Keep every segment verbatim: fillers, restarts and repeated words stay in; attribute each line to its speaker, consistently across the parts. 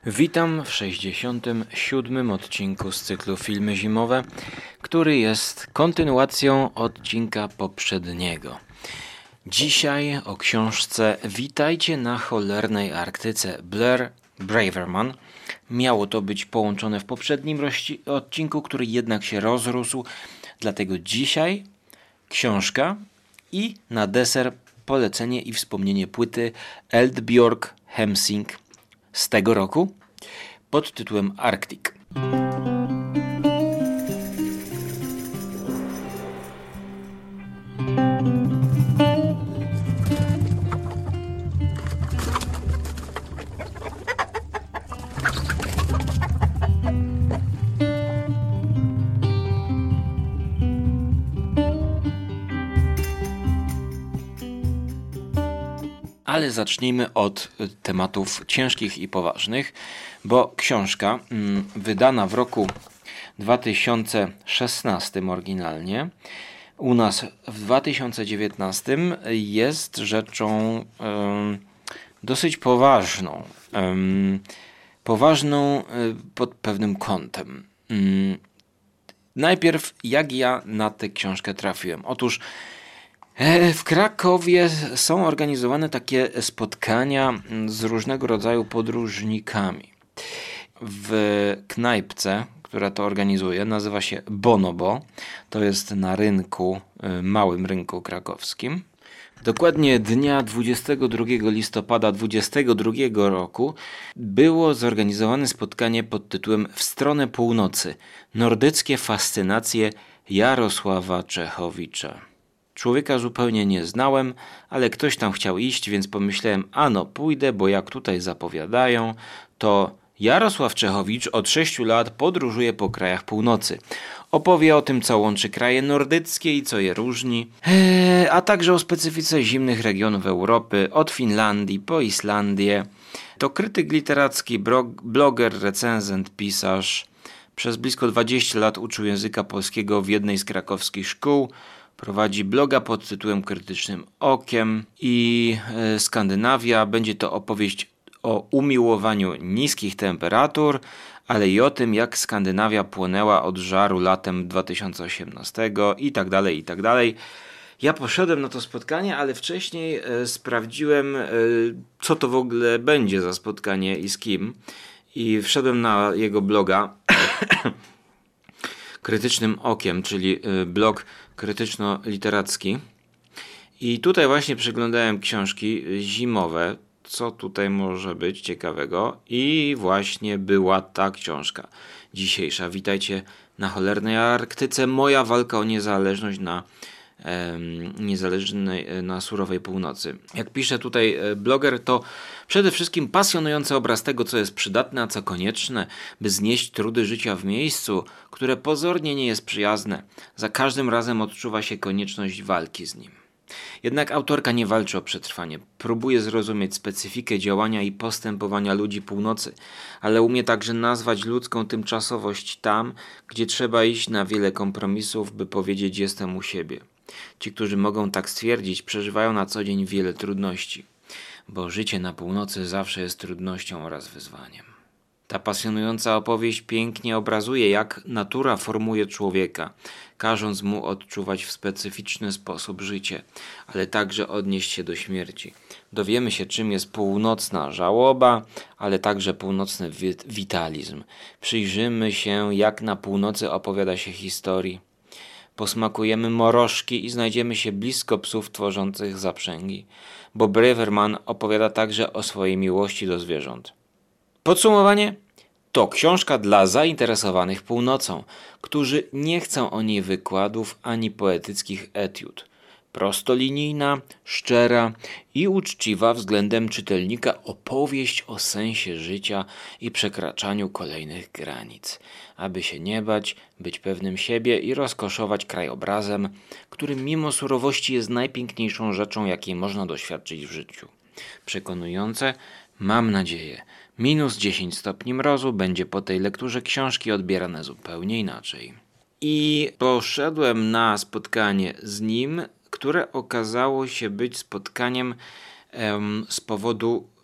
Speaker 1: Witam w sześćdziesiątym siódmym odcinku z cyklu Filmy Zimowe, który jest kontynuacją odcinka poprzedniego. Dzisiaj o książce Witajcie na cholernej Arktyce Blair Braverman. Miało to być połączone w poprzednim rości- odcinku, który jednak się rozrósł, dlatego dzisiaj książka i na deser polecenie i wspomnienie płyty Eldbjörg Hemsing z tego roku pod tytułem Arctic. Ale zacznijmy od tematów ciężkich i poważnych, bo książka mm, wydana w roku dwa tysiące szesnastym oryginalnie, u nas w dwa tysiące dziewiętnastym jest rzeczą ym, dosyć poważną. Ym, poważną y, pod pewnym kątem. Ym, najpierw jak ja na tę książkę trafiłem. Otóż w Krakowie są organizowane takie spotkania z różnego rodzaju podróżnikami. W knajpce, która to organizuje, nazywa się Bonobo. To jest na rynku, małym rynku krakowskim. Dokładnie dnia dwudziestego drugiego listopada dwudziestego drugiego roku było zorganizowane spotkanie pod tytułem W stronę północy. Nordyckie fascynacje Jarosława Czechowicza. Człowieka zupełnie nie znałem, ale ktoś tam chciał iść, więc pomyślałem, ano pójdę, bo jak tutaj zapowiadają, to Jarosław Czechowicz od sześciu lat podróżuje po krajach północy. Opowie o tym, co łączy kraje nordyckie i co je różni, eee, a także o specyfice zimnych regionów Europy, od Finlandii po Islandię. To krytyk literacki, bloger, recenzent, pisarz. Przez blisko dwadzieścia lat uczył języka polskiego w jednej z krakowskich szkół. Prowadzi bloga pod tytułem Krytycznym Okiem i e, Skandynawia. Będzie to opowieść o umiłowaniu niskich temperatur, ale i o tym, jak Skandynawia płonęła od żaru latem dwa tysiące osiemnastego i tak dalej, i tak dalej. Ja poszedłem na to spotkanie, ale wcześniej e, sprawdziłem, e, co to w ogóle będzie za spotkanie i z kim. I wszedłem na jego bloga Krytycznym Okiem, czyli blog krytyczno-literacki. I tutaj właśnie przeglądałem książki zimowe, co tutaj może być ciekawego. I właśnie była ta książka dzisiejsza. Witajcie na cholernej Arktyce. Moja walka o niezależność na niezależnej, na surowej północy. Jak pisze tutaj bloger, to przede wszystkim pasjonujący obraz tego, co jest przydatne, a co konieczne, by znieść trudy życia w miejscu, które pozornie nie jest przyjazne. Za każdym razem odczuwa się konieczność walki z nim. Jednak autorka nie walczy o przetrwanie. Próbuje zrozumieć specyfikę działania i postępowania ludzi północy, ale umie także nazwać ludzką tymczasowość tam, gdzie trzeba iść na wiele kompromisów, by powiedzieć jestem u siebie. Ci, którzy mogą tak stwierdzić, przeżywają na co dzień wiele trudności, bo życie na północy zawsze jest trudnością oraz wyzwaniem. Ta pasjonująca opowieść pięknie obrazuje, jak natura formuje człowieka, każąc mu odczuwać w specyficzny sposób życie, ale także odnieść się do śmierci. Dowiemy się, czym jest północna żałoba, ale także północny wit- witalizm. Przyjrzymy się, jak na północy opowiada się historii. Posmakujemy morożki i znajdziemy się blisko psów tworzących zaprzęgi, bo Braverman opowiada także o swojej miłości do zwierząt. Podsumowanie? To książka dla zainteresowanych północą, którzy nie chcą o niej wykładów ani poetyckich etiud. Prostolinijna, szczera i uczciwa względem czytelnika opowieść o sensie życia i przekraczaniu kolejnych granic, aby się nie bać, być pewnym siebie i rozkoszować krajobrazem, który mimo surowości jest najpiękniejszą rzeczą, jakiej można doświadczyć w życiu. Przekonujące, mam nadzieję, minus dziesięć stopni mrozu będzie po tej lekturze książki odbierane zupełnie inaczej. I poszedłem na spotkanie z nim, które okazało się być spotkaniem em, z powodu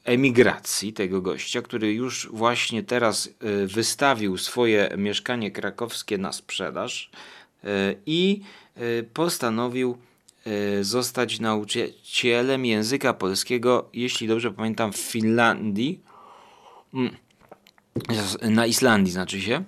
Speaker 1: emigracji tego gościa, który już właśnie teraz wystawił swoje mieszkanie krakowskie na sprzedaż i postanowił zostać nauczycielem języka polskiego, jeśli dobrze pamiętam, w Finlandii, na Islandii znaczy się,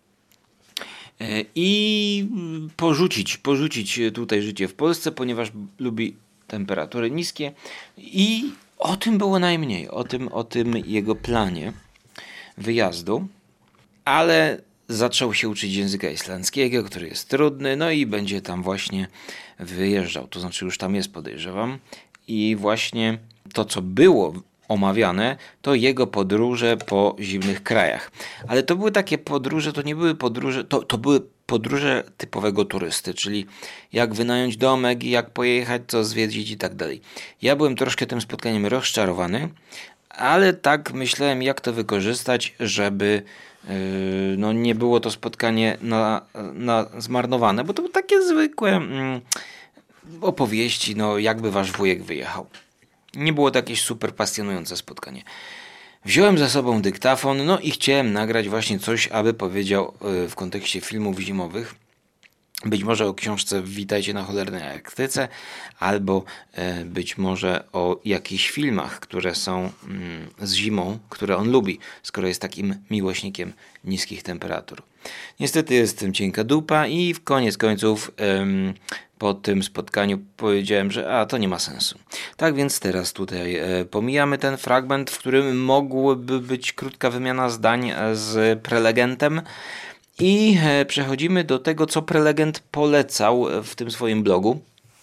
Speaker 1: i porzucić, porzucić tutaj życie w Polsce, ponieważ lubi temperatury niskie i o tym było najmniej, o tym, o tym jego planie wyjazdu, ale zaczął się uczyć języka islandzkiego, który jest trudny, no i będzie tam właśnie wyjeżdżał, to znaczy już tam jest, podejrzewam, i właśnie to, co było omawiane, to jego podróże po zimnych krajach. Ale to były takie podróże, to nie były podróże, to, to były podróże typowego turysty, czyli jak wynająć domek, jak pojechać, co zwiedzić i tak dalej. Ja byłem troszkę tym spotkaniem rozczarowany, ale tak myślałem, jak to wykorzystać, żeby yy, no nie było to spotkanie na, na zmarnowane, bo to były takie zwykłe mm, opowieści, no jakby wasz wujek wyjechał. Nie było to jakieś super pasjonujące spotkanie. Wziąłem ze sobą dyktafon, no i chciałem nagrać właśnie coś, aby powiedział yy, w kontekście filmów zimowych. Być może o książce Witajcie na cholernej Arktyce, albo e, być może o jakichś filmach, które są mm, z zimą, które on lubi, skoro jest takim miłośnikiem niskich temperatur. Niestety jestem cienka dupa i w koniec końców em, po tym spotkaniu powiedziałem, że a to nie ma sensu. Tak więc teraz tutaj e, pomijamy ten fragment, w którym mogłaby być krótka wymiana zdań z prelegentem. I przechodzimy do tego, co prelegent polecał w tym swoim blogu.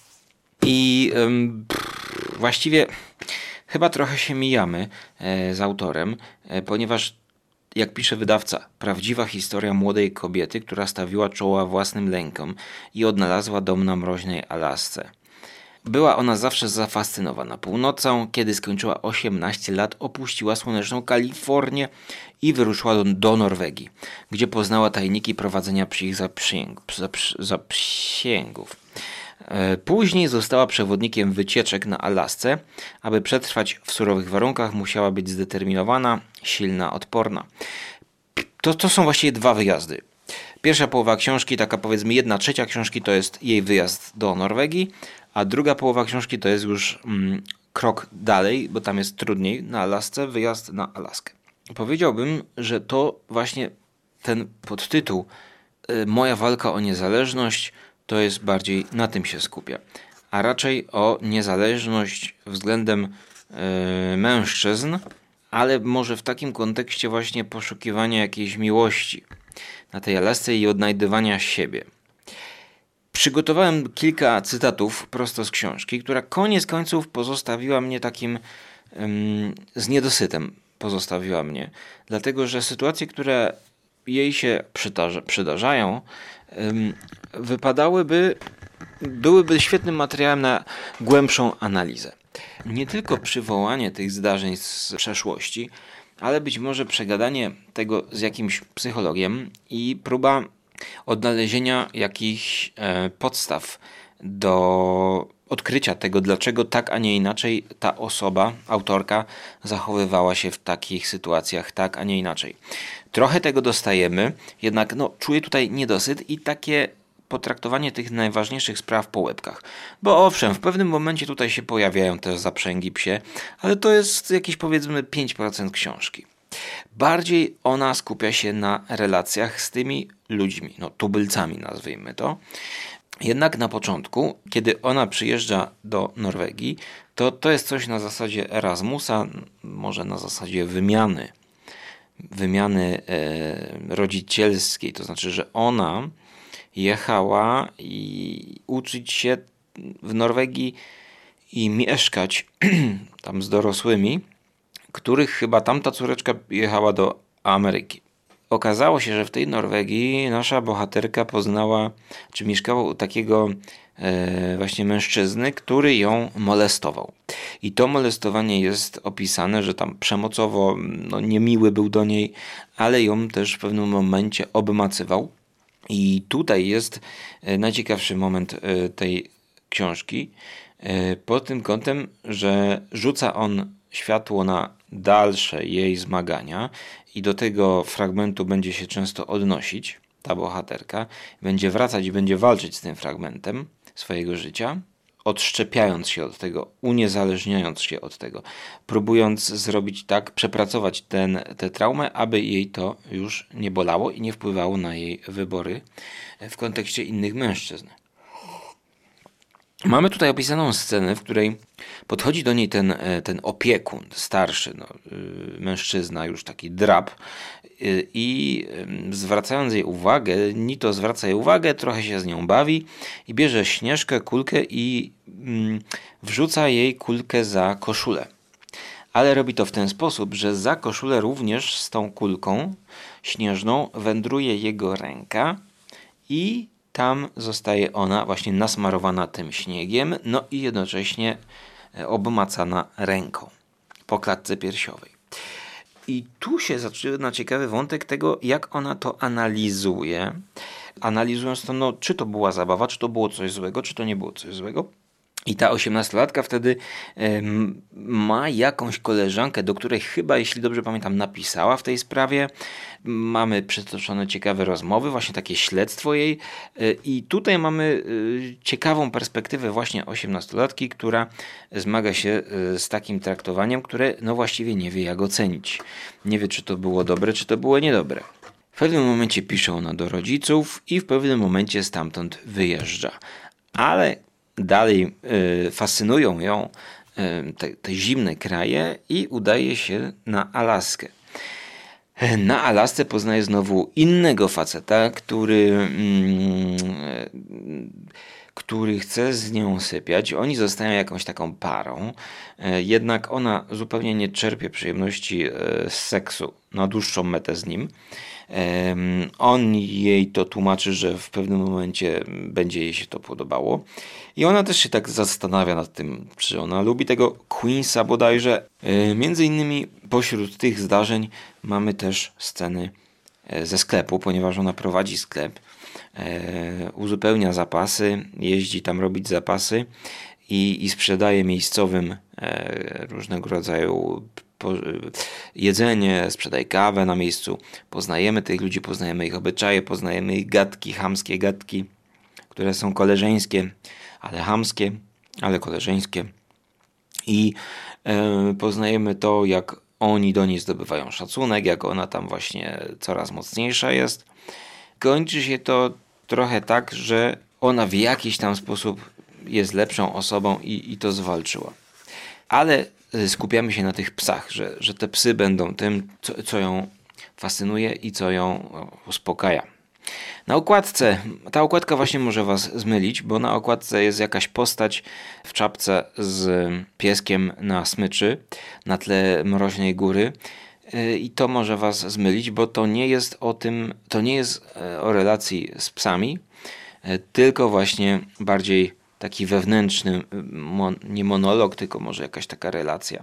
Speaker 1: I ym, pff, właściwie chyba trochę się mijamy e, z autorem, e, ponieważ jak pisze wydawca, prawdziwa historia młodej kobiety, która stawiła czoła własnym lękom i odnalazła dom na mroźnej Alasce. Była ona zawsze zafascynowana północą. Kiedy skończyła osiemnaście lat, opuściła słoneczną Kalifornię i wyruszyła do, do Norwegii, gdzie poznała tajniki prowadzenia psich zaprzysięg, zaprzysięgów. Później została przewodnikiem wycieczek na Alasce. Aby przetrwać w surowych warunkach, musiała być zdeterminowana, silna, odporna. To, to są właściwie dwa wyjazdy. Pierwsza połowa książki, taka powiedzmy jedna trzecia książki, to jest jej wyjazd do Norwegii, a druga połowa książki to jest już mm, krok dalej, bo tam jest trudniej, na Alasce, wyjazd na Alaskę. Powiedziałbym, że to właśnie ten podtytuł y, Moja walka o niezależność to jest bardziej na tym się skupia, a raczej o niezależność względem y, mężczyzn, ale może w takim kontekście właśnie poszukiwania jakiejś miłości na tej Alasce i odnajdywania siebie. Przygotowałem kilka cytatów prosto z książki, która koniec końców pozostawiła mnie takim um, z niedosytem pozostawiła mnie, dlatego że sytuacje, które jej się przydarza, przydarzają, um, wypadałyby, byłyby świetnym materiałem na głębszą analizę. Nie tylko przywołanie tych zdarzeń z przeszłości, ale być może przegadanie tego z jakimś psychologiem i próba odnalezienia jakichś e, podstaw do odkrycia tego, dlaczego tak, a nie inaczej ta osoba, autorka, zachowywała się w takich sytuacjach, tak, a nie inaczej. Trochę tego dostajemy, jednak no, czuję tutaj niedosyt i takie potraktowanie tych najważniejszych spraw po łebkach. Bo owszem, w pewnym momencie tutaj się pojawiają też zaprzęgi psie, ale to jest jakieś powiedzmy pięć procent książki. Bardziej ona skupia się na relacjach z tymi ludźmi, no tubylcami nazwijmy to. Jednak na początku, kiedy ona przyjeżdża do Norwegii, to to jest coś na zasadzie Erasmusa, może na zasadzie wymiany, wymiany e, rodzicielskiej, to znaczy, że ona jechała i uczyć się w Norwegii i mieszkać tam z dorosłymi, których chyba tamta córeczka jechała do Ameryki. Okazało się, że w tej Norwegii nasza bohaterka poznała, czy mieszkała u takiego e, właśnie mężczyzny, który ją molestował. I to molestowanie jest opisane, że tam przemocowo, no niemiły był do niej, ale ją też w pewnym momencie obmacywał. I tutaj jest e, najciekawszy moment e, tej książki, e, pod tym kątem, że rzuca on światło na dalsze jej zmagania i do tego fragmentu będzie się często odnosić ta bohaterka, będzie wracać i będzie walczyć z tym fragmentem swojego życia, odszczepiając się od tego, uniezależniając się od tego, próbując zrobić tak, przepracować ten, tę traumę, aby jej to już nie bolało i nie wpływało na jej wybory w kontekście innych mężczyzn. Mamy tutaj opisaną scenę, w której podchodzi do niej ten, ten opiekun, starszy no, mężczyzna, już taki drab, i zwracając jej uwagę, ni to zwraca jej uwagę, trochę się z nią bawi i bierze Śnieżkę, kulkę i mm, wrzuca jej kulkę za koszulę. Ale robi to w ten sposób, że za koszulę również z tą kulką śnieżną wędruje jego ręka i tam zostaje ona właśnie nasmarowana tym śniegiem, no i jednocześnie obmacana ręką po klatce piersiowej. I tu się zaczyna ciekawy wątek tego, jak ona to analizuje. Analizując to, no, czy to była zabawa, czy to było coś złego, czy to nie było coś złego. I ta osiemnastolatka wtedy ym, ma jakąś koleżankę, do której chyba, jeśli dobrze pamiętam, napisała w tej sprawie. Mamy przytoczone ciekawe rozmowy, właśnie takie śledztwo jej. Yy, I tutaj mamy yy, ciekawą perspektywę właśnie osiemnastolatki, która zmaga się yy, z takim traktowaniem, które no właściwie nie wie, jak ocenić. Nie wie, czy to było dobre, czy to było niedobre. W pewnym momencie pisze ona do rodziców i w pewnym momencie stamtąd wyjeżdża. Ale dalej y, fascynują ją y, te, te zimne kraje i udaje się na Alaskę. Na Alasce poznaje znowu innego faceta, który, mm, który chce z nią sypiać. Oni zostają jakąś taką parą, jednak ona zupełnie nie czerpie przyjemności z seksu na dłuższą metę z nim. On jej to tłumaczy, że w pewnym momencie będzie jej się to podobało. I ona też się tak zastanawia nad tym, czy ona lubi tego Queensa bodajże. Między innymi pośród tych zdarzeń mamy też sceny ze sklepu, ponieważ ona prowadzi sklep, uzupełnia zapasy, jeździ tam robić zapasy i, i sprzedaje miejscowym różnego rodzaju jedzenie, sprzedaje kawę na miejscu. Poznajemy tych ludzi, poznajemy ich obyczaje, poznajemy ich gadki, chamskie gadki, które są koleżeńskie, ale chamskie, ale koleżeńskie. I e, poznajemy to, jak oni do niej zdobywają szacunek, jak ona tam właśnie coraz mocniejsza jest. Kończy się to trochę tak, że ona w jakiś tam sposób jest lepszą osobą i, i to zwalczyła. Ale skupiamy się na tych psach, że, że te psy będą tym, co, co ją fascynuje i co ją uspokaja. Na okładce, ta okładka właśnie może was zmylić, bo na okładce jest jakaś postać w czapce z pieskiem na smyczy na tle mroźnej góry i to może was zmylić, bo to nie jest o tym, to nie jest o relacji z psami, tylko właśnie bardziej taki wewnętrzny, nie monolog, tylko może jakaś taka relacja.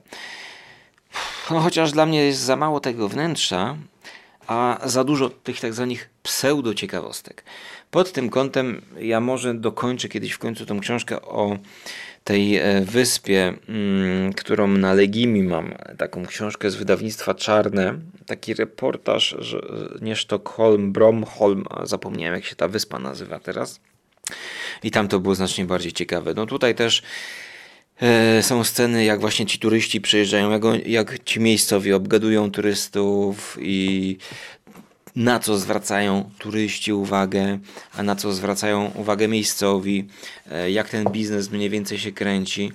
Speaker 1: No, chociaż dla mnie jest za mało tego wnętrza, a za dużo tych tak zwanych pseudo-ciekawostek. Pod tym kątem ja może dokończę kiedyś w końcu tą książkę o tej wyspie, mm, którą na Legimi mam, taką książkę z wydawnictwa Czarne, taki reportaż, że nie Sztokholm, Bromholm, zapomniałem jak się ta wyspa nazywa teraz. I tam to było znacznie bardziej ciekawe. No tutaj też e, są sceny, jak właśnie ci turyści przyjeżdżają, jak, jak ci miejscowi obgadują turystów i na co zwracają turyści uwagę, a na co zwracają uwagę miejscowi, e, jak ten biznes mniej więcej się kręci.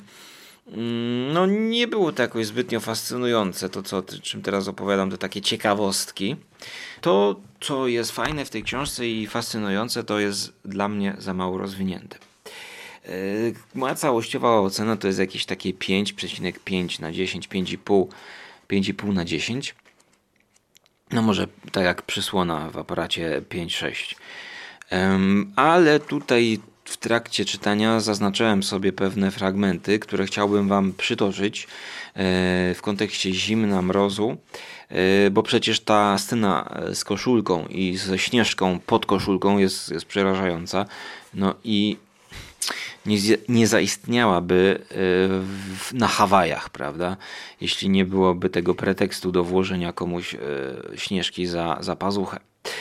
Speaker 1: No nie było to jakoś zbytnio fascynujące, to co, czym teraz opowiadam, te takie ciekawostki. To, co jest fajne w tej książce i fascynujące, to jest dla mnie za mało rozwinięte. Yy, moja całościowa ocena to jest jakieś takie pięć przecinek pięć na dziesięć, pięć i pół, pięć i pół na dziesięć. No może tak jak przysłona w aparacie pięć sześć. Yy, ale tutaj w trakcie czytania zaznaczyłem sobie pewne fragmenty, które chciałbym wam przytoczyć w kontekście zimna, mrozu, bo przecież ta scena z koszulką i ze Śnieżką pod koszulką jest, jest przerażająca. No i nie, nie zaistniałaby w, na Hawajach, prawda? Jeśli nie byłoby tego pretekstu do włożenia komuś Śnieżki za, za pazuchę.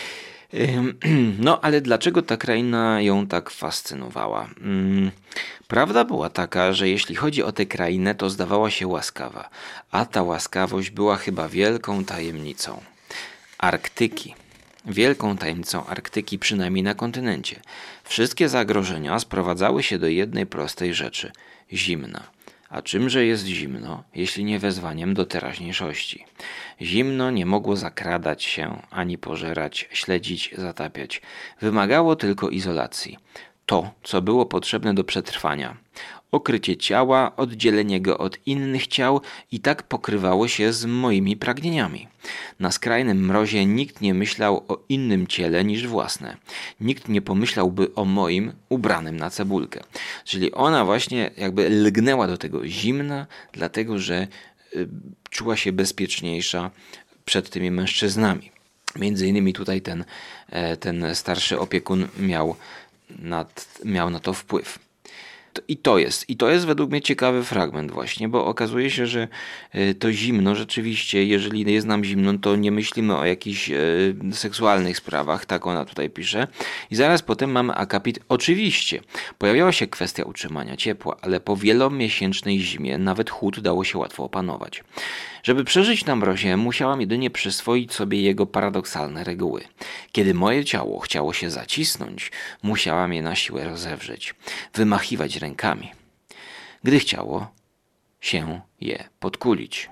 Speaker 1: No, ale dlaczego ta kraina ją tak fascynowała? Prawda była taka, że jeśli chodzi o tę krainę, to zdawała się łaskawa, a ta łaskawość była chyba wielką tajemnicą Arktyki. Wielką tajemnicą Arktyki, przynajmniej na kontynencie. Wszystkie zagrożenia sprowadzały się do jednej prostej rzeczy – zimna. A czymże jest zimno, jeśli nie wezwaniem do teraźniejszości? Zimno nie mogło zakradać się, ani pożerać, śledzić, zatapiać. Wymagało tylko izolacji. To, co było potrzebne do przetrwania. Okrycie ciała, oddzielenie go od innych ciał i tak pokrywało się z moimi pragnieniami. Na skrajnym mrozie nikt nie myślał o innym ciele niż własne. Nikt nie pomyślałby o moim ubranym na cebulkę. Czyli ona właśnie jakby lgnęła do tego zimna, dlatego że y, czuła się bezpieczniejsza przed tymi mężczyznami. Między innymi tutaj ten, ten starszy opiekun miał, nad, miał na to wpływ. I to jest, i to jest według mnie ciekawy fragment właśnie, bo okazuje się, że to zimno rzeczywiście, jeżeli jest nam zimno, to nie myślimy o jakichś e, seksualnych sprawach, tak ona tutaj pisze. I zaraz potem mamy akapit. Oczywiście, pojawiała się kwestia utrzymania ciepła, ale po wielomiesięcznej zimie nawet chłód dało się łatwo opanować. Żeby przeżyć na mrozie, musiałam jedynie przyswoić sobie jego paradoksalne reguły. Kiedy moje ciało chciało się zacisnąć, musiałam je na siłę rozewrzeć, wymachiwać rękami, gdy chciało się je podkulić,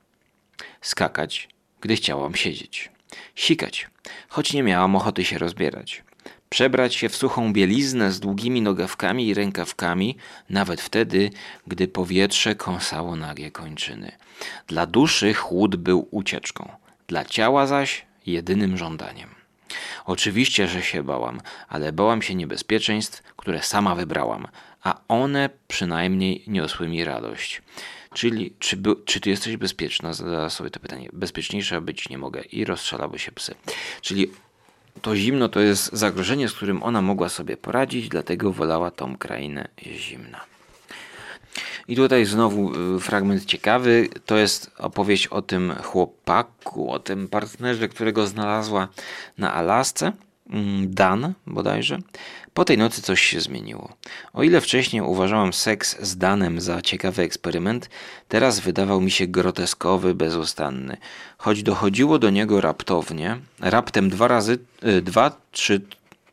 Speaker 1: skakać, gdy chciałam siedzieć, sikać, choć nie miałam ochoty się rozbierać, przebrać się w suchą bieliznę z długimi nogawkami i rękawkami, nawet wtedy, gdy powietrze kąsało nagie kończyny. Dla duszy chłód był ucieczką, dla ciała zaś jedynym żądaniem. Oczywiście, że się bałam, ale bałam się niebezpieczeństw, które sama wybrałam, a one przynajmniej niosły mi radość. Czyli, czy, by, czy ty jesteś bezpieczna? Zadała sobie to pytanie. Bezpieczniejsza być nie mogę i rozstrzelały się psy. Czyli to zimno to jest zagrożenie, z którym ona mogła sobie poradzić, dlatego wolała tą krainę zimna. I tutaj znowu fragment ciekawy, to jest opowieść o tym chłopaku, o tym partnerze, którego znalazła na Alasce, Dan bodajże. Po tej nocy coś się zmieniło. O ile wcześniej uważałam seks z Danem za ciekawy eksperyment, teraz wydawał mi się groteskowy, bezustanny. Choć dochodziło do niego raptownie, raptem dwa razy, dwa, trzy,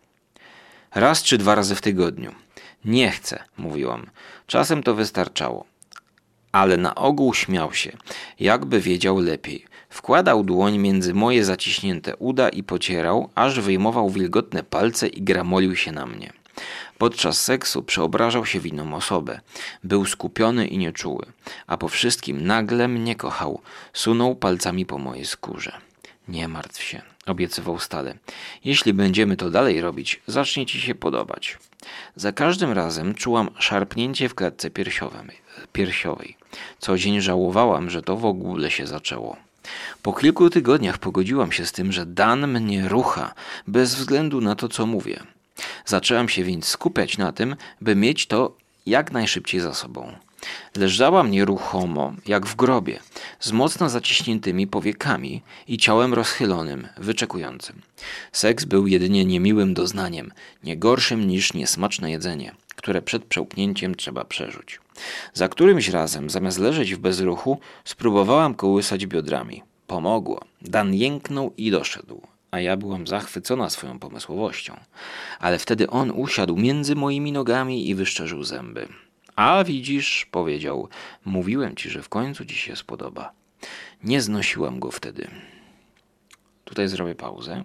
Speaker 1: raz czy dwa razy w tygodniu. Nie chcę, mówiłam. Czasem to wystarczało. Ale na ogół śmiał się, jakby wiedział lepiej. Wkładał dłoń między moje zaciśnięte uda i pocierał, aż wyjmował wilgotne palce i gramolił się na mnie. Podczas seksu przeobrażał się w inną osobę. Był skupiony i nieczuły, a po wszystkim nagle mnie kochał. Sunął palcami po mojej skórze. Nie martw się, obiecywał stale. Jeśli będziemy to dalej robić, zacznie ci się podobać. Za każdym razem czułam szarpnięcie w klatce piersiowej. Co dzień żałowałam, że to w ogóle się zaczęło. Po kilku tygodniach pogodziłam się z tym, że Dan mnie rucha, bez względu na to, co mówię. Zaczęłam się więc skupiać na tym, by mieć to jak najszybciej za sobą. Leżałam nieruchomo, jak w grobie, z mocno zaciśniętymi powiekami i ciałem rozchylonym, wyczekującym. Seks był jedynie niemiłym doznaniem, nie gorszym niż niesmaczne jedzenie, które przed przełknięciem trzeba przeżuć. Za którymś razem, zamiast leżeć w bezruchu, spróbowałam kołysać biodrami. Pomogło. Dan jęknął i doszedł, a ja byłam zachwycona swoją pomysłowością. Ale wtedy on usiadł między moimi nogami i wyszczerzył zęby. A widzisz, powiedział, mówiłem ci, że w końcu ci się spodoba. Nie znosiłam go wtedy. Tutaj zrobię pauzę.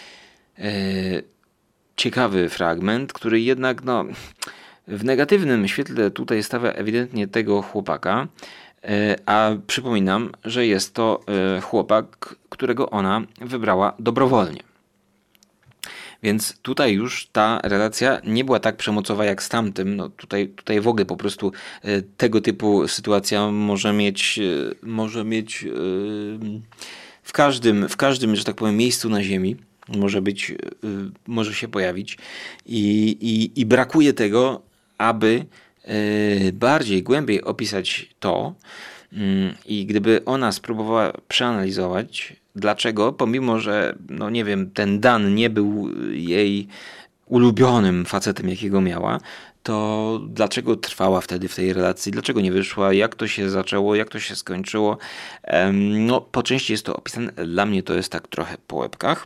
Speaker 1: Eee, ciekawy fragment, który jednak no, w negatywnym świetle tutaj stawia ewidentnie tego chłopaka, eee, a przypominam, że jest to e, chłopak, którego ona wybrała dobrowolnie. Więc tutaj już ta relacja nie była tak przemocowa jak z tamtym. No tutaj, tutaj w ogóle po prostu e, tego typu sytuacja może mieć, e, może mieć e, w każdym, w każdym, że tak powiem, miejscu na ziemi. Może być, e, może się pojawić. I, i, i brakuje tego, aby yy, bardziej, głębiej opisać to yy, i gdyby ona spróbowała przeanalizować, dlaczego, pomimo że, no nie wiem, ten Dan nie był jej ulubionym facetem, jakiego miała, to dlaczego trwała wtedy w tej relacji, dlaczego nie wyszła, jak to się zaczęło, jak to się skończyło. No, po części jest to opisane, dla mnie to jest tak trochę po łebkach.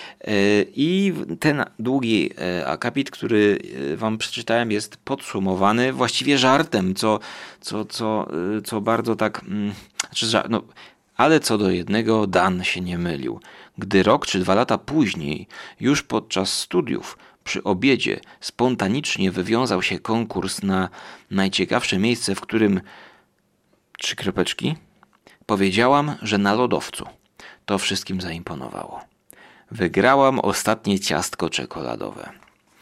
Speaker 1: I ten długi akapit, który wam przeczytałem, jest podsumowany właściwie żartem, co, co, co, co bardzo tak... Znaczy, no, ale co do jednego, Dan się nie mylił. Gdy rok czy dwa lata później, już podczas studiów, przy obiedzie spontanicznie wywiązał się konkurs na najciekawsze miejsce, w którym... Trzy kropeczki. Powiedziałam, że na lodowcu. To wszystkim zaimponowało. Wygrałam ostatnie ciastko czekoladowe.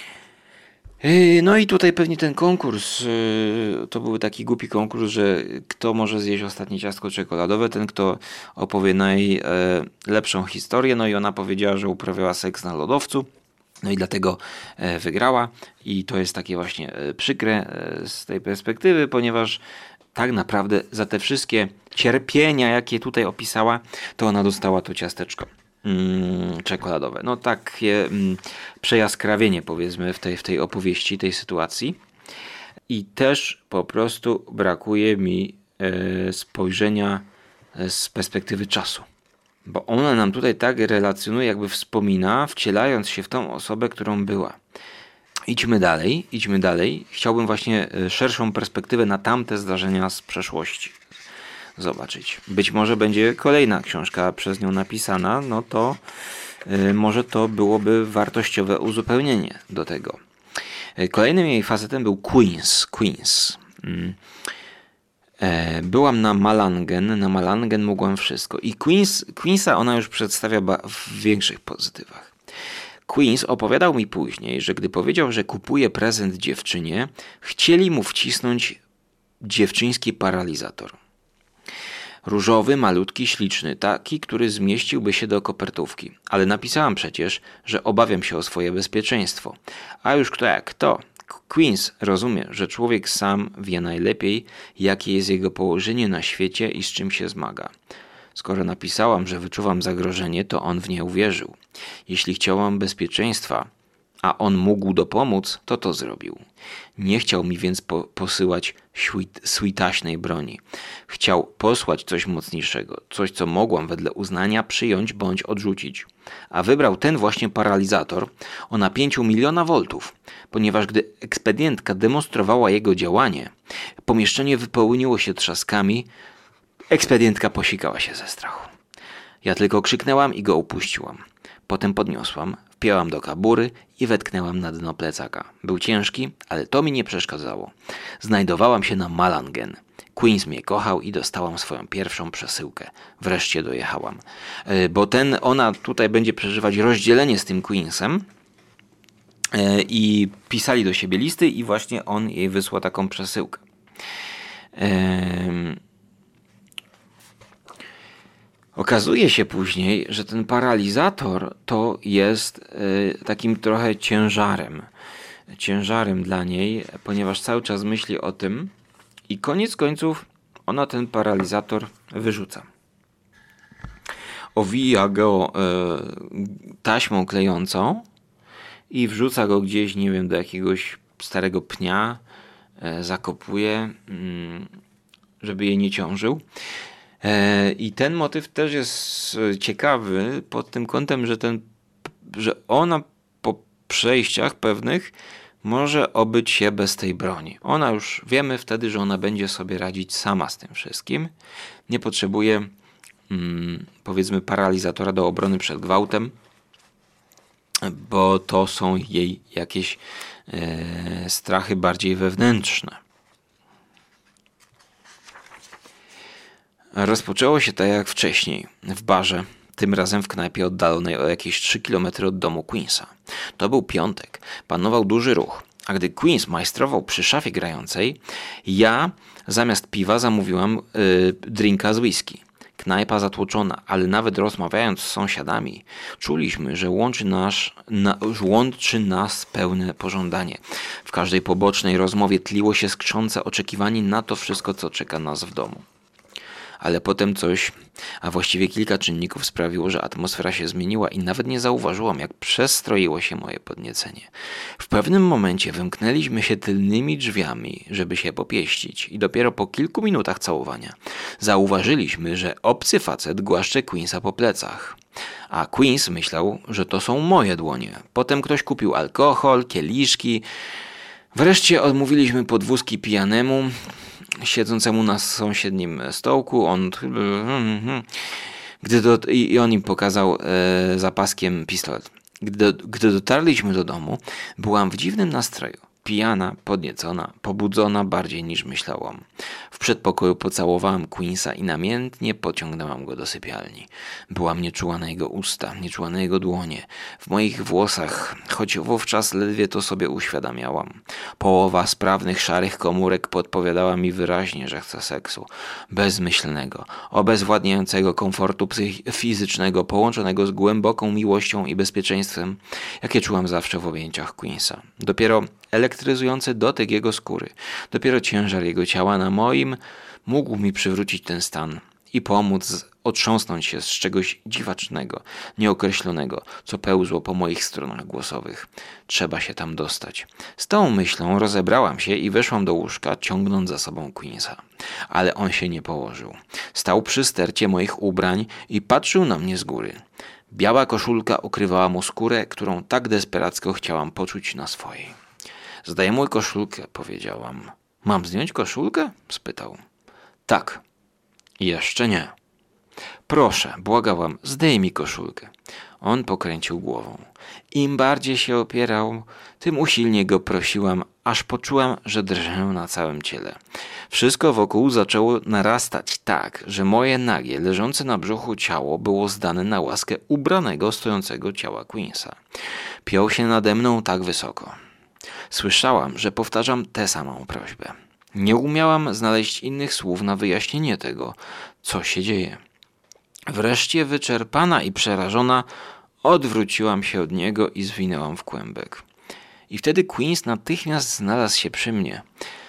Speaker 1: No i tutaj pewnie ten konkurs, to był taki głupi konkurs, że kto może zjeść ostatnie ciastko czekoladowe, ten kto opowie najlepszą historię. No i ona powiedziała, że uprawiała seks na lodowcu. No i dlatego wygrała i to jest takie właśnie przykre z tej perspektywy, ponieważ tak naprawdę za te wszystkie cierpienia, jakie tutaj opisała, to ona dostała to ciasteczko mm, czekoladowe. No takie mm, przejaskrawienie, powiedzmy, w tej, w tej opowieści, tej sytuacji. I też po prostu brakuje mi e, spojrzenia z perspektywy czasu. Bo ona nam tutaj tak relacjonuje, jakby wspomina, wcielając się w tą osobę, którą była. Idźmy dalej, idźmy dalej. Chciałbym właśnie szerszą perspektywę na tamte zdarzenia z przeszłości zobaczyć. Być może będzie kolejna książka przez nią napisana, no to y, może to byłoby wartościowe uzupełnienie do tego. Kolejnym jej facetem był Queens. Queens. Mm. Byłam na Malangen, na Malangen mogłam wszystko. I Queens, Queensa ona już przedstawia w większych pozytywach. Queens opowiadał mi później, że gdy powiedział, że kupuje prezent dziewczynie, chcieli mu wcisnąć dziewczyński paralizator. Różowy, malutki, śliczny, taki, który zmieściłby się do kopertówki. Ale napisałam przecież, że obawiam się o swoje bezpieczeństwo. A już kto jak kto. Queens rozumie, że człowiek sam wie najlepiej, jakie jest jego położenie na świecie i z czym się zmaga. Skoro napisałam, że wyczuwam zagrożenie, to on w nie uwierzył. Jeśli chciałam bezpieczeństwa, a on mógł dopomóc, to to zrobił. Nie chciał mi więc po- posyłać switaśnej broni. Chciał posłać coś mocniejszego, coś co mogłam wedle uznania przyjąć bądź odrzucić. A wybrał ten właśnie paralizator o napięciu miliona voltów, ponieważ gdy ekspedientka demonstrowała jego działanie, pomieszczenie wypełniło się trzaskami, ekspedientka posikała się ze strachu. Ja tylko krzyknęłam i go upuściłam. Potem podniosłam, wpięłam do kabury i wetknęłam na dno plecaka. Był ciężki, ale to mi nie przeszkadzało. Znajdowałam się na Malangen. Queens mnie kochał i dostałam swoją pierwszą przesyłkę. Wreszcie dojechałam. Bo ten, ona tutaj będzie przeżywać rozdzielenie z tym Queensem i pisali do siebie listy i właśnie on jej wysłał taką przesyłkę. Ehm... Okazuje się później, że ten paralizator to jest y, takim trochę ciężarem. Ciężarem dla niej, ponieważ cały czas myśli o tym i koniec końców ona ten paralizator wyrzuca. Owija go y, taśmą klejącą i wrzuca go gdzieś, nie wiem, do jakiegoś starego pnia, y, zakopuje, y, żeby jej nie ciążył. I ten motyw też jest ciekawy pod tym kątem, że, ten, że ona po przejściach pewnych może obyć się bez tej broni. Ona już wiemy wtedy, że ona będzie sobie radzić sama z tym wszystkim. Nie potrzebuje hmm, powiedzmy paralizatora do obrony przed gwałtem, bo to są jej jakieś e, strachy bardziej wewnętrzne. Rozpoczęło się tak jak wcześniej, w barze, tym razem w knajpie oddalonej o jakieś trzy kilometry od domu Queensa. To był piątek, panował duży ruch, a gdy Queens majstrował przy szafie grającej, ja zamiast piwa zamówiłam yy, drinka z whisky. knajpa zatłoczona, ale nawet rozmawiając z sąsiadami, czuliśmy, że łączy, nasz, na, łączy nas pełne pożądanie. W każdej pobocznej rozmowie tliło się skrzące oczekiwanie na to wszystko, co czeka nas w domu. Ale potem coś, a właściwie kilka czynników sprawiło, że atmosfera się zmieniła i nawet nie zauważyłam, jak przestroiło się moje podniecenie. W pewnym momencie wymknęliśmy się tylnymi drzwiami, żeby się popieścić i dopiero po kilku minutach całowania zauważyliśmy, że obcy facet głaszcze Queensa po plecach. A Queens myślał, że to są moje dłonie. Potem ktoś kupił alkohol, kieliszki. Wreszcie odmówiliśmy podwózki pijanemu, siedzącemu na sąsiednim stołku. On gdy do, i on im pokazał e, zapaskiem pistolet. Gdy, gdy dotarliśmy do domu, byłam w dziwnym nastroju. Pijana, podniecona, pobudzona bardziej niż myślałam. W przedpokoju pocałowałam Queensa i namiętnie pociągnęłam go do sypialni. Byłam nieczuła na jego usta, nieczuła na jego dłonie, w moich włosach, choć wówczas ledwie to sobie uświadamiałam. Połowa sprawnych, szarych komórek podpowiadała mi wyraźnie, że chce seksu. Bezmyślnego, obezwładniającego komfortu psych- fizycznego, połączonego z głęboką miłością i bezpieczeństwem, jakie czułam zawsze w objęciach Queensa. Dopiero elektryzujący dotyk jego skóry, dopiero ciężar jego ciała na moim mógł mi przywrócić ten stan i pomóc otrząsnąć się z czegoś dziwacznego, nieokreślonego, co pełzło po moich stronach głosowych. Trzeba się tam dostać. Z tą myślą rozebrałam się i weszłam do łóżka, ciągnąc za sobą Queensa. Ale on się nie położył. Stał przy stercie moich ubrań i patrzył na mnie z góry. Biała koszulka ukrywała mu skórę, którą tak desperacko chciałam poczuć na swojej. Zdejmuj koszulkę, powiedziałam. Mam zdjąć koszulkę? Spytał. Tak. Jeszcze nie. Proszę, błagałam, zdejmij koszulkę. On pokręcił głową. Im bardziej się opierał, tym usilniej go prosiłam, aż poczułam, że drżę na całym ciele. Wszystko wokół zaczęło narastać tak, że moje nagie, leżące na brzuchu ciało było zdane na łaskę ubranego, stojącego ciała Queensa. Piął się nade mną tak wysoko. Słyszałam, że powtarzam tę samą prośbę. Nie umiałam znaleźć innych słów na wyjaśnienie tego, co się dzieje. Wreszcie wyczerpana i przerażona odwróciłam się od niego i zwinęłam w kłębek. I wtedy Queens natychmiast znalazł się przy mnie.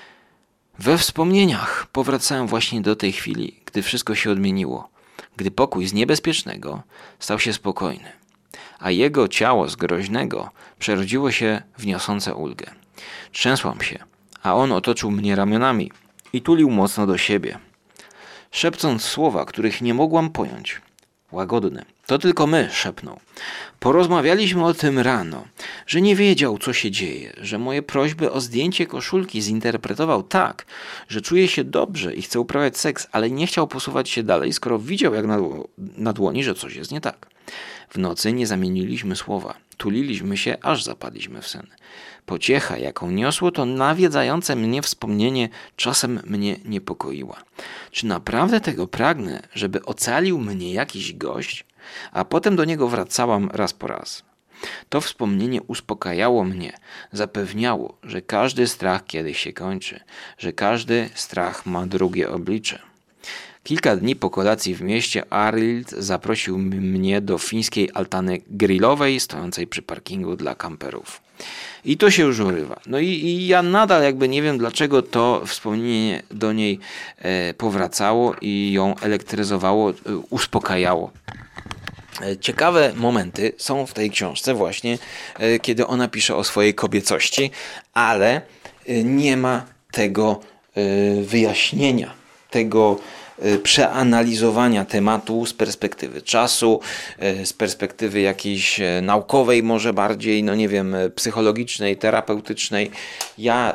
Speaker 1: We wspomnieniach powracałem właśnie do tej chwili, gdy wszystko się odmieniło, gdy pokój z niebezpiecznego stał się spokojny, a jego ciało z groźnego przerodziło się w niosące ulgę. Trzęsłam się, a on otoczył mnie ramionami i tulił mocno do siebie, szepcąc słowa, których nie mogłam pojąć. Łagodne. To tylko my, szepnął. Porozmawialiśmy o tym rano, że nie wiedział, co się dzieje, że moje prośby o zdjęcie koszulki zinterpretował tak, że czuje się dobrze i chce uprawiać seks, ale nie chciał posuwać się dalej, skoro widział jak na, dło- na dłoni, że coś jest nie tak. W nocy nie zamieniliśmy słowa. Tuliliśmy się, aż zapadliśmy w sen. Pociecha, jaką niosło to nawiedzające mnie wspomnienie, czasem mnie niepokoiła. Czy naprawdę tego pragnę, żeby ocalił mnie jakiś gość? A potem do niego wracałam raz po raz. To wspomnienie uspokajało mnie, zapewniało, że każdy strach kiedyś się kończy, że każdy strach ma drugie oblicze. Kilka dni po kolacji w mieście Arild zaprosił mnie do fińskiej altany grillowej stojącej przy parkingu dla kamperów. I to się już urywa. No i, i ja nadal jakby nie wiem, dlaczego to wspomnienie do niej e, powracało i ją elektryzowało, e, uspokajało. E, ciekawe momenty są w tej książce właśnie, e, kiedy ona pisze o swojej kobiecości, ale e, nie ma tego e, wyjaśnienia, tego przeanalizowania tematu z perspektywy czasu, z perspektywy jakiejś naukowej, może bardziej, no nie wiem, psychologicznej, terapeutycznej. Ja,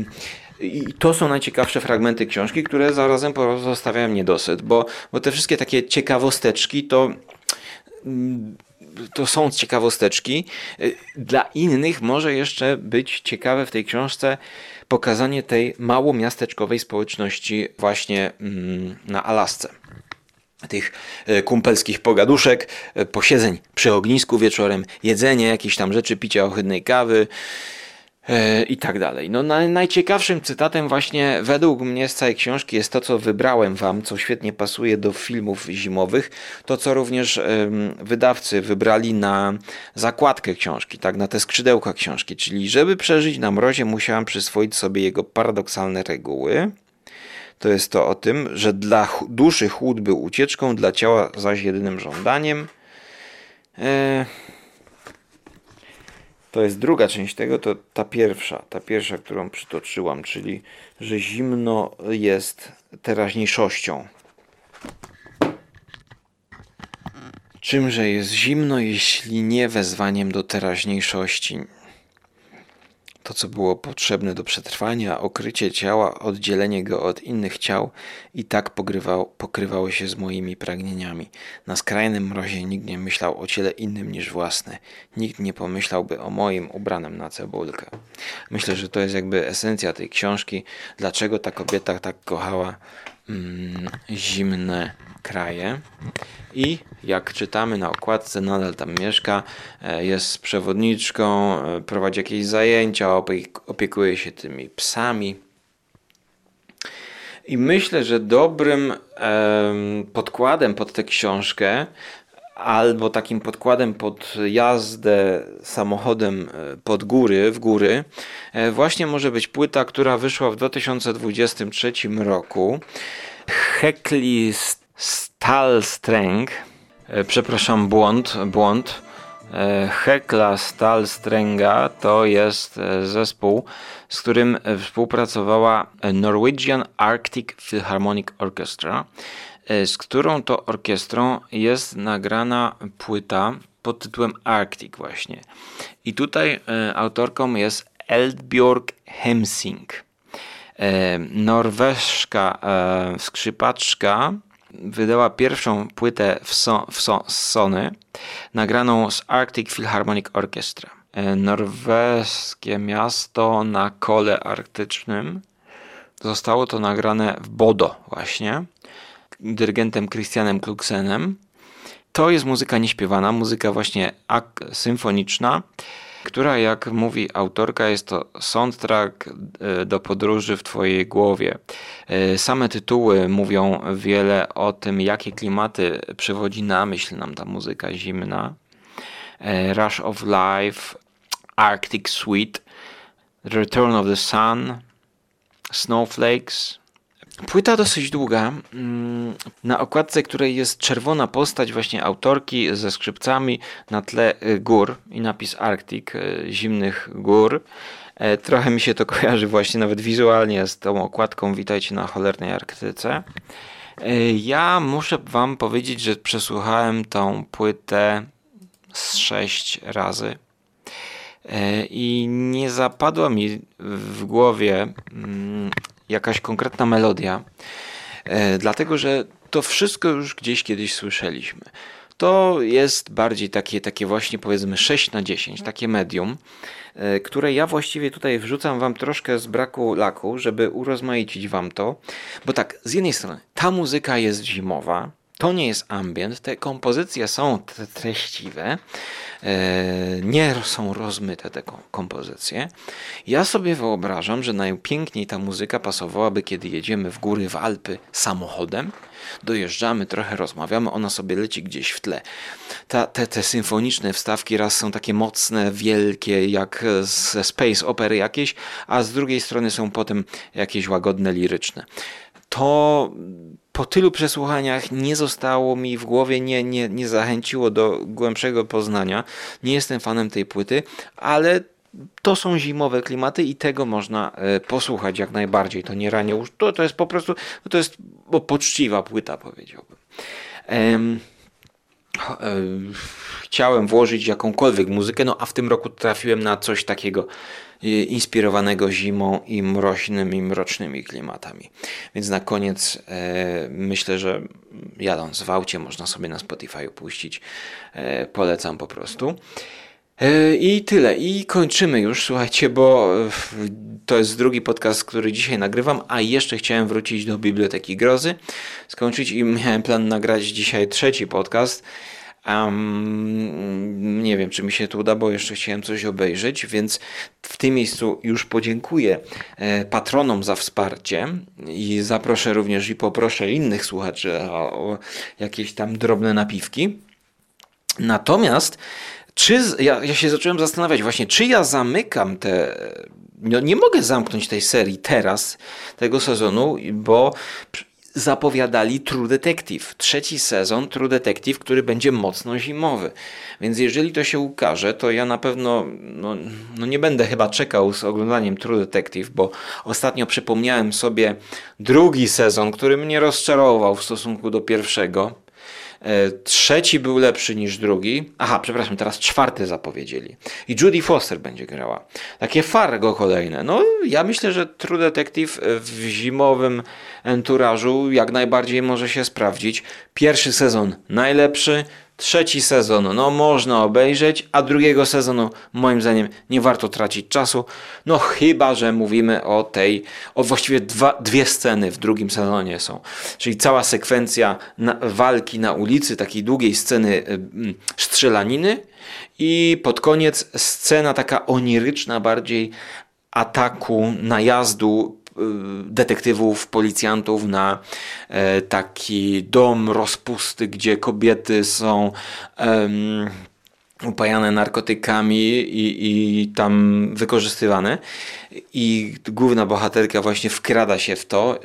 Speaker 1: i to są najciekawsze fragmenty książki, które zarazem pozostawiają niedosyt, bo, bo te wszystkie takie ciekawosteczki to to są ciekawosteczki. Dla innych może jeszcze być ciekawe w tej książce pokazanie tej mało miasteczkowej społeczności właśnie na Alasce. Tych kumpelskich pogaduszek, posiedzeń przy ognisku wieczorem, jedzenie jakichś tam rzeczy, picia ohydnej kawy, i tak dalej. No, na, najciekawszym cytatem właśnie według mnie z całej książki jest to, co wybrałem wam, co świetnie pasuje do filmów zimowych, to co również ym, wydawcy wybrali na zakładkę książki, tak, na te skrzydełka książki, czyli żeby przeżyć na mrozie, musiałam przyswoić sobie jego paradoksalne reguły. To jest to o tym, że dla duszy chłód był ucieczką, dla ciała zaś jedynym żądaniem. Eee... To jest druga część tego, to ta pierwsza, ta pierwsza, którą przytoczyłam, czyli że zimno jest teraźniejszością. Czymże jest zimno, jeśli nie wezwaniem do teraźniejszości? To, co było potrzebne do przetrwania, okrycie ciała, oddzielenie go od innych ciał i tak pokrywało, pokrywało się z moimi pragnieniami. Na skrajnym mrozie nikt nie myślał o ciele innym niż własne. Nikt nie pomyślałby o moim ubranym na cebulkę. Myślę, że to jest jakby esencja tej książki. Dlaczego ta kobieta tak kochała mm, zimne kraje. I jak czytamy na okładce, nadal tam mieszka, jest przewodniczką, prowadzi jakieś zajęcia, opiekuje się tymi psami. I myślę, że dobrym podkładem pod tę książkę albo takim podkładem pod jazdę samochodem pod góry, w góry, właśnie może być płyta, która wyszła w dwa tysiące dwudziestym trzecim roku. Hekli Stallstreng, przepraszam, błąd, błąd. Hekla Stallstrenga to jest zespół, z którym współpracowała Norwegian Arctic Philharmonic Orchestra, z którą to orkiestrą jest nagrana płyta pod tytułem Arctic właśnie. I tutaj autorką jest Eldbjörg Hemsing. Norweżka skrzypaczka wydała pierwszą płytę w, so, w so, z Sony, nagraną z Arctic Philharmonic Orchestra. Norweskie miasto na kole arktycznym. Zostało to nagrane w Bodo właśnie, dyrygentem Christianem Kluksenem. To jest muzyka nieśpiewana, muzyka właśnie ak- symfoniczna, która, jak mówi autorka, jest to soundtrack do podróży w twojej głowie. Same tytuły mówią wiele o tym, jakie klimaty przywodzi na myśl nam ta muzyka zimna. Rush of Life, Arctic Suite, Return of the Sun, Snowflakes. Płyta dosyć długa. Na okładce, której jest czerwona postać właśnie autorki ze skrzypcami na tle gór i napis Arctic, zimnych gór. Trochę mi się to kojarzy właśnie nawet wizualnie z tą okładką Witajcie na cholernej Arktyce. Ja muszę wam powiedzieć, że przesłuchałem tą płytę z sześć razy i nie zapadła mi w głowie jakaś konkretna melodia, e, dlatego że to wszystko już gdzieś kiedyś słyszeliśmy. To jest bardziej takie, takie właśnie powiedzmy sześć na dziesięć, takie medium, e, które ja właściwie tutaj wrzucam wam troszkę z braku laku, żeby urozmaicić wam to, bo tak, z jednej strony ta muzyka jest zimowa, to nie jest ambient, te kompozycje są treściwe, nie są rozmyte te kompozycje. Ja sobie wyobrażam, że najpiękniej ta muzyka pasowałaby, kiedy jedziemy w góry, w Alpy samochodem, dojeżdżamy, trochę rozmawiamy, ona sobie leci gdzieś w tle. Ta, te, te symfoniczne wstawki raz są takie mocne, wielkie, jak ze space opery jakieś, a z drugiej strony są potem jakieś łagodne, liryczne. To po tylu przesłuchaniach nie zostało mi w głowie, nie, nie, nie zachęciło do głębszego poznania. Nie jestem fanem tej płyty, ale to są zimowe klimaty i tego można e, posłuchać jak najbardziej. To nie ranie już, to, to jest po prostu, to jest bo poczciwa płyta, powiedziałbym. Ehm, e, chciałem włożyć jakąkolwiek muzykę, no a w tym roku trafiłem na coś takiego inspirowanego zimą i mroźnymi, mrocznymi klimatami. Więc na koniec e, myślę, że jadąc w aucie można sobie na Spotify puścić. E, polecam po prostu. E, I tyle. I kończymy już, słuchajcie, bo to jest drugi podcast, który dzisiaj nagrywam, a jeszcze chciałem wrócić do Biblioteki Grozy, skończyć i miałem plan nagrać dzisiaj trzeci podcast. Um, nie wiem, czy mi się to uda, bo jeszcze chciałem coś obejrzeć, więc w tym miejscu już podziękuję patronom za wsparcie i zaproszę również i poproszę innych słuchaczy o, o jakieś tam drobne napiwki. Natomiast czy ja, ja się zacząłem zastanawiać właśnie, czy ja zamykam te... No nie mogę zamknąć tej serii teraz, tego sezonu, bo zapowiadali True Detective. Trzeci sezon True Detective, który będzie mocno zimowy. Więc jeżeli to się ukaże, to ja na pewno no, no nie będę chyba czekał z oglądaniem True Detective, bo ostatnio przypomniałem sobie drugi sezon, który mnie rozczarował w stosunku do pierwszego. Trzeci był lepszy niż drugi. Aha, przepraszam, teraz czwarty zapowiedzieli. I Jodie Foster będzie grała. Takie Fargo kolejne. No, ja myślę, że True Detective w zimowym enturażu jak najbardziej może się sprawdzić. Pierwszy sezon najlepszy, trzeci sezon no można obejrzeć, a drugiego sezonu moim zdaniem nie warto tracić czasu. No chyba, że mówimy o tej, o właściwie dwa, dwie sceny w drugim sezonie są. Czyli cała sekwencja na, walki na ulicy, takiej długiej sceny y, strzelaniny i pod koniec scena taka oniryczna bardziej ataku, najazdu detektywów, policjantów na e, taki dom rozpusty, gdzie kobiety są um, upajane narkotykami i, i tam wykorzystywane. I główna bohaterka właśnie wkrada się w to,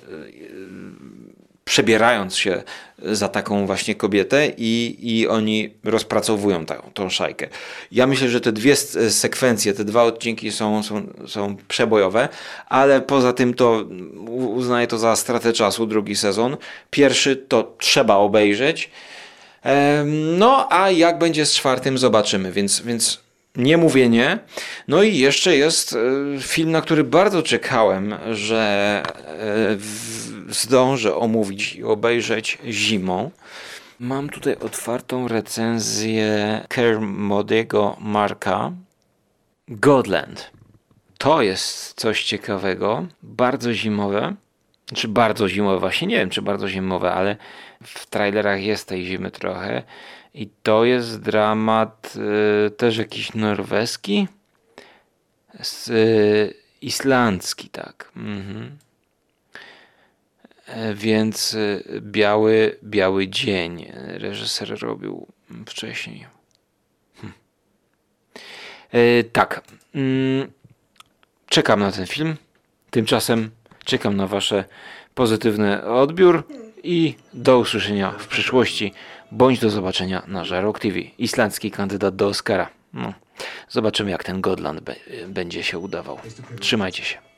Speaker 1: przebierając się za taką właśnie kobietę i, i oni rozpracowują tą, tą szajkę. Ja myślę, że te dwie sekwencje, te dwa odcinki są, są, są przebojowe, ale poza tym to uznaję to za stratę czasu, drugi sezon. Pierwszy to trzeba obejrzeć. No a jak będzie z czwartym zobaczymy, więc, więc nie mówię nie. No i jeszcze jest film, na który bardzo czekałem, że zdążę omówić i obejrzeć zimą. Mam tutaj otwartą recenzję Kermodiego Marka. Godland. To jest coś ciekawego, bardzo zimowe. Znaczy bardzo zimowe, właśnie nie wiem czy bardzo zimowe, ale w trailerach jest tej zimy trochę. I to jest dramat y, też jakiś norweski, z, y, islandzki, tak. Mhm. E, więc y, biały, biały dzień. Reżyser robił wcześniej. Hm. E, tak. Mm, czekam na ten film. Tymczasem czekam na wasze pozytywny odbiór i do usłyszenia w przyszłości. Bądź do zobaczenia na Żarłok T V. Islandzki kandydat do Oscara. No, zobaczymy jak ten Godland be- będzie się udawał. Trzymajcie się.